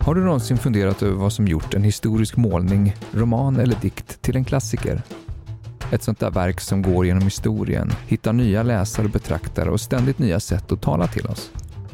Har du någonsin funderat över vad som gjort en historisk målning, roman eller dikt till en klassiker? Ett sånt där verk som går genom historien, hittar nya läsare och betraktare och ständigt nya sätt att tala till oss.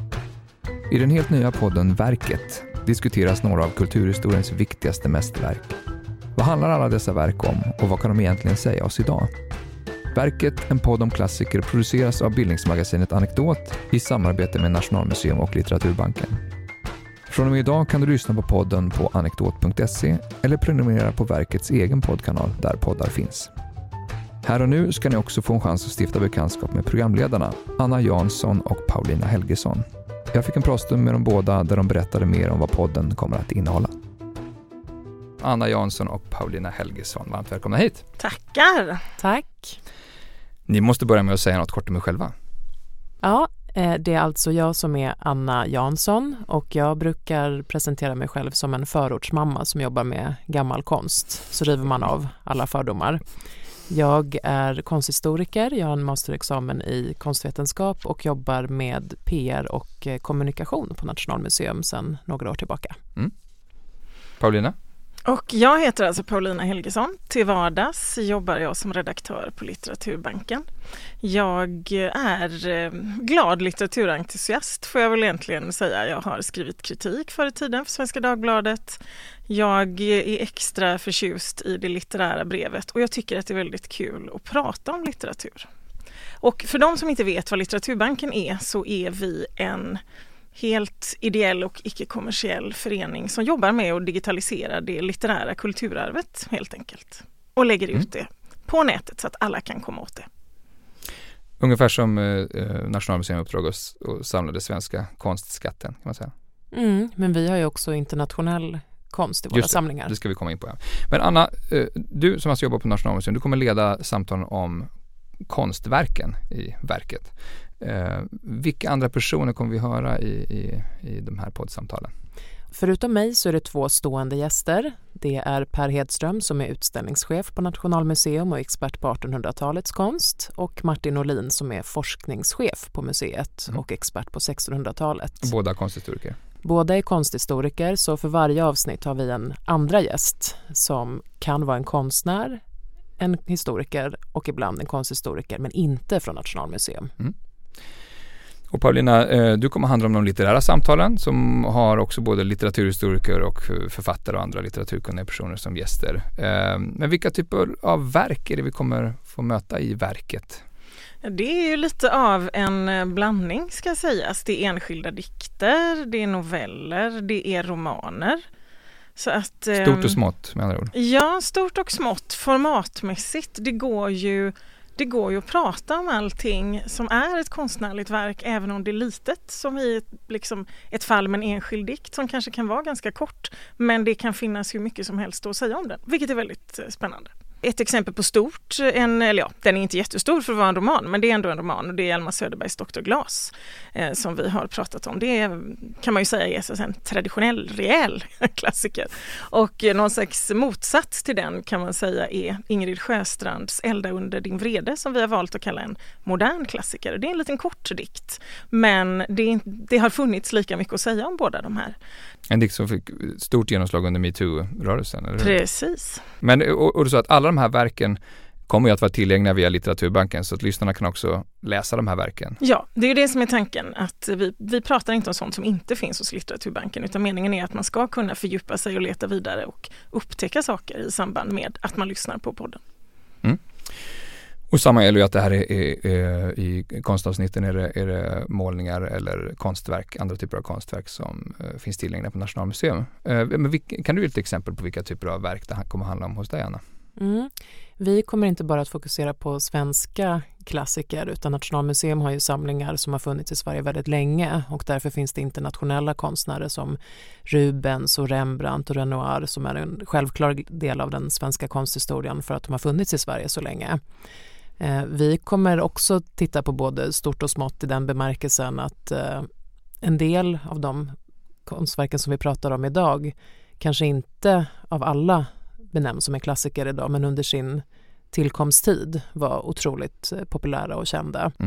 I den helt nya podden Verket diskuteras några av kulturhistoriens viktigaste mästerverk. Vad handlar alla dessa verk om och vad kan de egentligen säga oss idag? Verket, en podd om klassiker, produceras av bildningsmagasinet Anekdot i samarbete med Nationalmuseum och Litteraturbanken. Från och med idag kan du lyssna på podden på anekdot.se eller prenumerera på Verkets egen poddkanal där poddar finns. Här och nu ska ni också få en chans att stifta bekantskap med programledarna Anna Jansson och Paulina Helgesson. Jag fick en pratstund med dem båda där de berättade mer om vad podden kommer att innehålla. Anna Jansson och Paulina Helgesson, varmt välkomna hit. Tackar. Tack. Ni måste börja med att säga något kort om er själva. Ja, det är alltså jag som är Anna Jansson och jag brukar presentera mig själv som en förortsmamma som jobbar med gammal konst. Så river man av alla fördomar. Jag är konsthistoriker, jag har en masterexamen i konstvetenskap och jobbar med PR och kommunikation på Nationalmuseum sedan några år tillbaka. Paulina? Och jag heter alltså Paulina Helgesson. Till vardags jobbar jag som redaktör på Litteraturbanken. Jag är glad litteraturentusiast får jag väl egentligen säga. Jag har skrivit kritik förr i tiden för Svenska Dagbladet. Jag är extra förtjust i det litterära brevet och jag tycker att det är väldigt kul att prata om litteratur. Och för de som inte vet vad Litteraturbanken är så är vi en helt ideell och icke-kommersiell förening som jobbar med att digitalisera det litterära kulturarvet helt enkelt. Och lägger ut det på nätet så att alla kan komma åt det. Ungefär som Nationalmuseum uppdrag och samlade svenska konstskatten kan man säga. Men vi har ju också internationell konst i våra samlingar. Det ska vi komma in på. Ja. Men Anna, du som alltså jobbar på Nationalmuseum, du kommer leda samtalen om konstverken i verket. Vilka andra personer kommer vi höra i de här poddsamtalen? Förutom mig så är det 2 stående gäster. Det är Per Hedström som är utställningschef på Nationalmuseum och expert på 1800-talets konst och Martin Olin som är forskningschef på museet och expert på 1600-talet. Båda konsthistoriker? Båda är konsthistoriker, så för varje avsnitt har vi en andra gäst som kan vara en konstnär, en historiker och ibland en konsthistoriker men inte från Nationalmuseum. Och Paulina, du kommer handla om de litterära samtalen som har också både litteraturhistoriker och författare och andra litteraturkunniga personer som gäster. Men vilka typer av verk är det vi kommer få möta i verket? Det är ju lite av en blandning ska sägas. Det är enskilda dikter, det är noveller, det är romaner. Så att, stort och smått med andra ord. Ja, stort och smått formatmässigt. Det går ju att prata om allting som är ett konstnärligt verk även om det är litet, som i ett fall med en enskild dikt som kanske kan vara ganska kort, men det kan finnas hur mycket som helst att säga om den, vilket är väldigt spännande. Ett exempel på stort, den är inte jättestor för att vara en roman, men det är ändå en roman och det är Hjalmar Söderbergs Dr. Glas som vi har pratat om. Det kan man ju säga är en traditionell, rejäl klassiker. Och någon slags motsats till den kan man säga är Ingrid Sjöstrands Elda under din vrede som vi har valt att kalla en modern klassiker. Det är en liten kort dikt, men det har funnits lika mycket att säga om båda de här. En dikt som fick stort genomslag under MeToo-rörelsen, eller hur? Precis. Men och du sa att alla de här verken kommer ju att vara tillgängliga via Litteraturbanken så att lyssnarna kan också läsa de här verken. Ja, det är ju det som är tanken. Att vi pratar inte om sånt som inte finns hos Litteraturbanken utan meningen är att man ska kunna fördjupa sig och leta vidare och upptäcka saker i samband med att man lyssnar på podden. Och samma gäller ju att det här är i konstavsnitten är det målningar eller konstverk, andra typer av konstverk som finns tillgängliga på Nationalmuseum. Men kan du ge ett exempel på vilka typer av verk det här kommer att handla om hos dig, Anna? Vi kommer inte bara att fokusera på svenska klassiker utan Nationalmuseum har ju samlingar som har funnits i Sverige väldigt länge och därför finns det internationella konstnärer som Rubens och Rembrandt och Renoir som är en självklar del av den svenska konsthistorien för att de har funnits i Sverige så länge. Vi kommer också titta på både stort och smått i den bemärkelsen att en del av de konstverken som vi pratar om idag kanske inte av alla benämns som en klassiker idag men under sin tillkomsttid var otroligt populära och kända.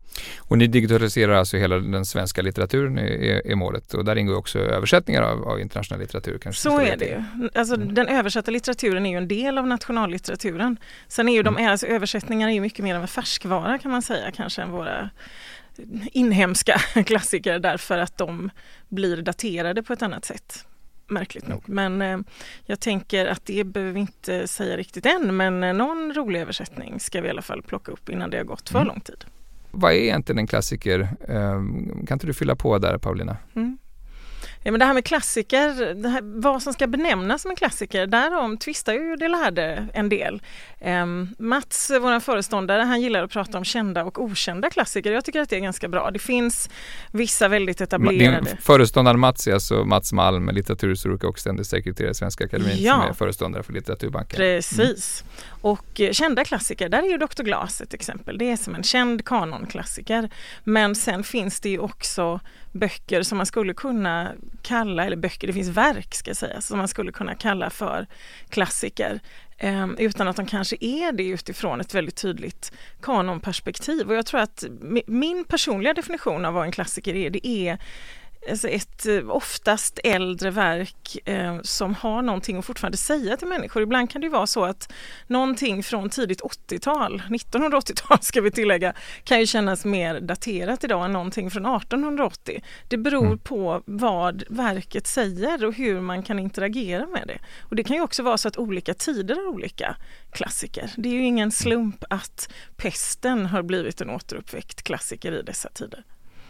Och ni digitaliserar alltså hela den svenska litteraturen i målet, och där ingår också översättningar av internationell litteratur. Kanske så är det ju. Alltså, den översatta litteraturen är ju en del av nationallitteraturen. Sen är ju alltså, översättningar är ju mycket mer av en färskvara kan man säga, kanske än våra inhemska klassiker, därför att de blir daterade på ett annat sätt. Märkligt nog. Men jag tänker att det behöver vi inte säga riktigt än, men någon rolig översättning ska vi i alla fall plocka upp innan det har gått för lång tid. Vad är egentligen en klassiker? Kan inte du fylla på där, Paulina? Ja, men det här med klassiker, vad som ska benämnas som en klassiker, därom tvistar ju det lärde en del. Mats, vår föreståndare, han gillar att prata om kända och okända klassiker. Jag tycker att det är ganska bra. Det finns vissa väldigt etablerade. Föreståndaren Mats är alltså Mats Malm, litteraturhistoriker och ständig sekreterare i Svenska Akademin, som är föreståndare för Litteraturbanken. Precis. Och kända klassiker, där är ju Dr. Glas ett exempel. Det är som en känd kanonklassiker. Men sen finns det ju också böcker som man skulle kunna kalla, eller böcker, det finns verk ska jag säga, som man skulle kunna kalla för klassiker. Utan att de kanske är det utifrån ett väldigt tydligt kanonperspektiv. Och jag tror att min personliga definition av vad en klassiker är, det är alltså ett oftast äldre verk som har någonting att fortfarande säga till människor. Ibland kan det ju vara så att någonting från tidigt 80-tal, 1980-tal ska vi tillägga, kan ju kännas mer daterat idag än någonting från 1880. Det beror på vad verket säger och hur man kan interagera med det. Och det kan ju också vara så att olika tider har olika klassiker. Det är ju ingen slump att pesten har blivit en återuppväckt klassiker i dessa tider.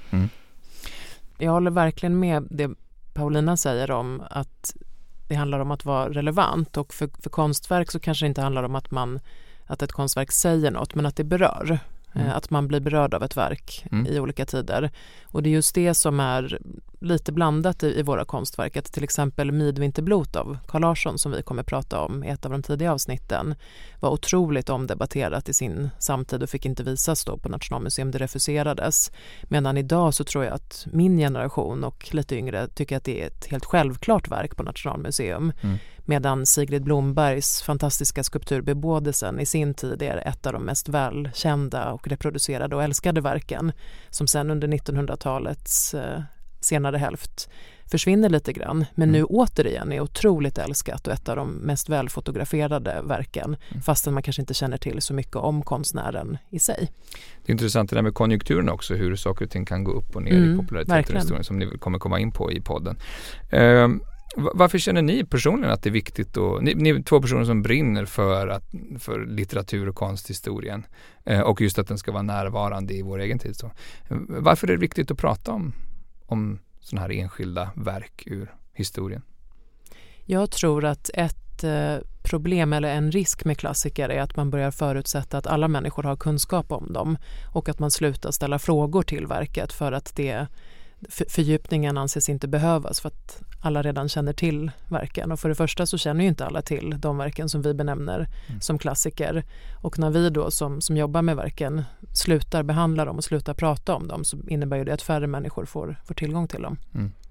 Jag håller verkligen med det Paulina säger om att det handlar om att vara relevant, och för konstverk så kanske det inte handlar om att ett konstverk säger något, men att det berör. Att man blir berörd av ett verk i olika tider. Och det är just det som är lite blandat i våra konstverk. Att till exempel Midvinterblot av Carl Larsson, som vi kommer prata om i ett av de tidiga avsnitten, var otroligt omdebatterat i sin samtid och fick inte visas då på Nationalmuseum. Det refuserades. Medan idag så tror jag att min generation och lite yngre tycker att det är ett helt självklart verk på Nationalmuseum. Medan Sigrid Blombergs fantastiska skulptur Bebådelsen i sin tid är ett av de mest välkända och reproducerade och älskade verken, som sen under 1900-talets senare hälft försvinner lite grann, men nu återigen är otroligt älskat och ett av de mest välfotograferade verken, fastän man kanske inte känner till så mycket om konstnären i sig. Det är intressant det där med konjunkturen också, hur saker och ting kan gå upp och ner i populariteten och historien, som ni kommer komma in på i podden. Varför känner ni personligen att det är viktigt ni är två personer som brinner för litteratur och konsthistorien, och just att den ska vara närvarande i vår egen tid. Så. Varför är det viktigt att prata om sådana här enskilda verk ur historien? Jag tror att ett problem eller en risk med klassiker är att man börjar förutsätta att alla människor har kunskap om dem, och att man slutar ställa frågor till verket för att fördjupningen anses inte behövas, för att alla redan känner till verken. Och för det första så känner ju inte alla till de verken som vi benämner som klassiker. Och när vi då som jobbar med verken slutar behandla dem och slutar prata om dem, så innebär ju det att färre människor får tillgång till dem.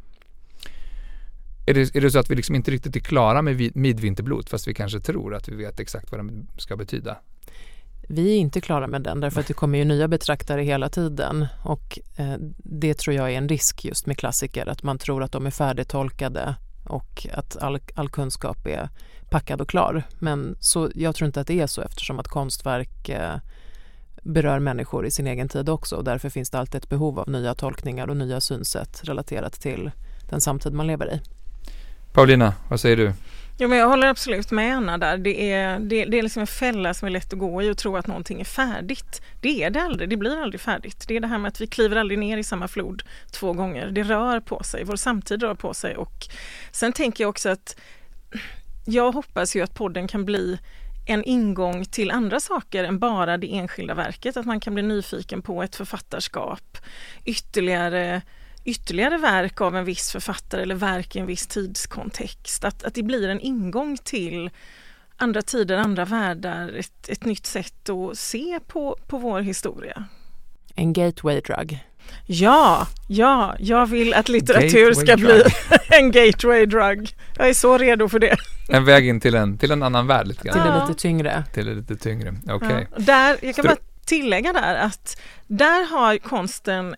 Är det så att vi liksom inte riktigt är klara med Midvinterblot, fast vi kanske tror att vi vet exakt vad den ska betyda? Vi är inte klara med den, därför att det kommer ju nya betraktare hela tiden, och det tror jag är en risk just med klassiker, att man tror att de är färdigtolkade och att all kunskap är packad och klar. Men så, jag tror inte att det är så, eftersom att konstverk berör människor i sin egen tid också, och därför finns det alltid ett behov av nya tolkningar och nya synsätt relaterat till den samtid man lever i. Paulina, vad säger du? Jo, men jag håller absolut med Anna där. Det är liksom en fälla som är lätt att gå i och tro att någonting är färdigt. Det är det aldrig, det blir aldrig färdigt. Det är det här med att vi kliver aldrig ner i samma flod 2 gånger. Det rör på sig, vår samtid rör på sig. Och sen tänker jag också att jag hoppas ju att podden kan bli en ingång till andra saker än bara det enskilda verket. Att man kan bli nyfiken på ett författarskap, ytterligare verk av en viss författare eller verk i en viss tidskontext. Att det blir en ingång till andra tider, andra världar, ett nytt sätt att se på vår historia. En gateway drug. Ja, jag vill att litteratur ska bli en gateway drug. Jag är så redo för det. En väg in till en annan värld lite grann. Till det lite tyngre. Till det lite tyngre, okej. Ja. Där, jag kan bara tillägga där att där har konsten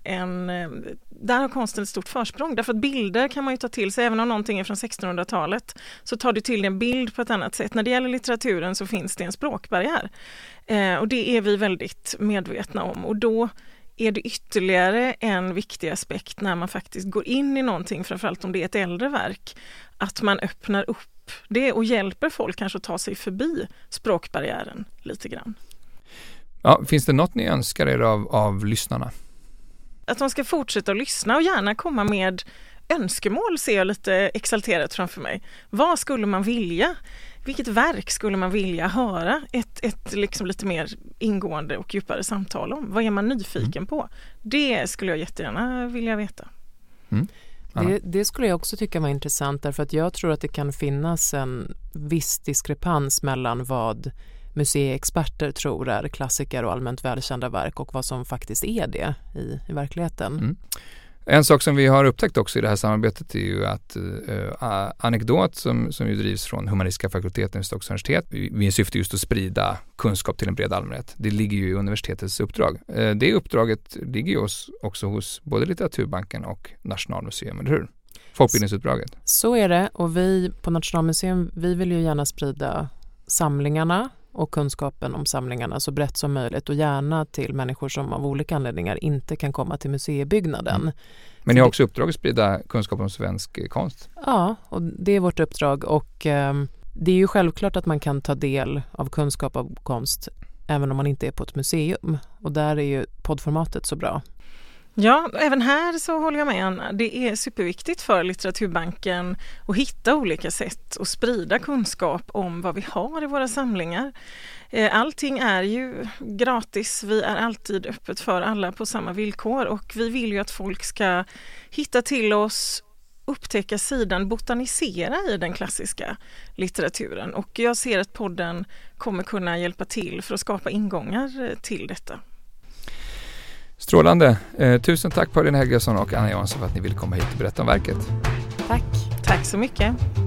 ett stort försprång. Därför att bilder kan man ju ta till sig, även om någonting är från 1600-talet så tar du till en bild på ett annat sätt. När det gäller litteraturen så finns det en språkbarriär. Och det är vi väldigt medvetna om. Och då är det ytterligare en viktig aspekt när man faktiskt går in i någonting, framförallt om det är ett äldre verk, att man öppnar upp det och hjälper folk kanske att ta sig förbi språkbarriären lite grann. Ja, finns det något ni önskar er av lyssnarna? Att de ska fortsätta att lyssna och gärna komma med önskemål, ser jag lite exalterat framför mig. Vad skulle man vilja? Vilket verk skulle man vilja höra ett liksom lite mer ingående och djupare samtal om? Vad är man nyfiken på? Det skulle jag jättegärna vilja veta. Det skulle jag också tycka var intressant, därför att jag tror att det kan finnas en viss diskrepans mellan vad museiexperter tror är klassiker och allmänt välkända verk och vad som faktiskt är det i verkligheten. En sak som vi har upptäckt också i det här samarbetet är ju att Anekdot som ju drivs från Humanistiska fakulteten vid Stockholms universitet, vi syftar just att sprida kunskap till en bred allmänhet. Det ligger ju i universitetets uppdrag. Det uppdraget ligger ju också hos både Litteraturbanken och Nationalmuseum, eller hur? Folkbildningsuppdraget. Så är det, och vi på Nationalmuseum, vi vill ju gärna sprida samlingarna och kunskapen om samlingarna så brett som möjligt och gärna till människor som av olika anledningar inte kan komma till museibyggnaden. Men ni har också uppdrag att sprida kunskap om svensk konst? Ja, och det är vårt uppdrag, och det är ju självklart att man kan ta del av kunskap om konst även om man inte är på ett museum, och där är ju poddformatet så bra. Ja, även här så håller jag med Anna. Det är superviktigt för Litteraturbanken att hitta olika sätt att sprida kunskap om vad vi har i våra samlingar. Allting är ju gratis, vi är alltid öppet för alla på samma villkor, och vi vill ju att folk ska hitta till oss, upptäcka sidan, botanisera i den klassiska litteraturen, och jag ser att podden kommer kunna hjälpa till för att skapa ingångar till detta. Strålande. Tusen tack Pauline Helgesson och Anna Jansson för att ni ville komma hit och berätta om verket. Tack. Tack så mycket.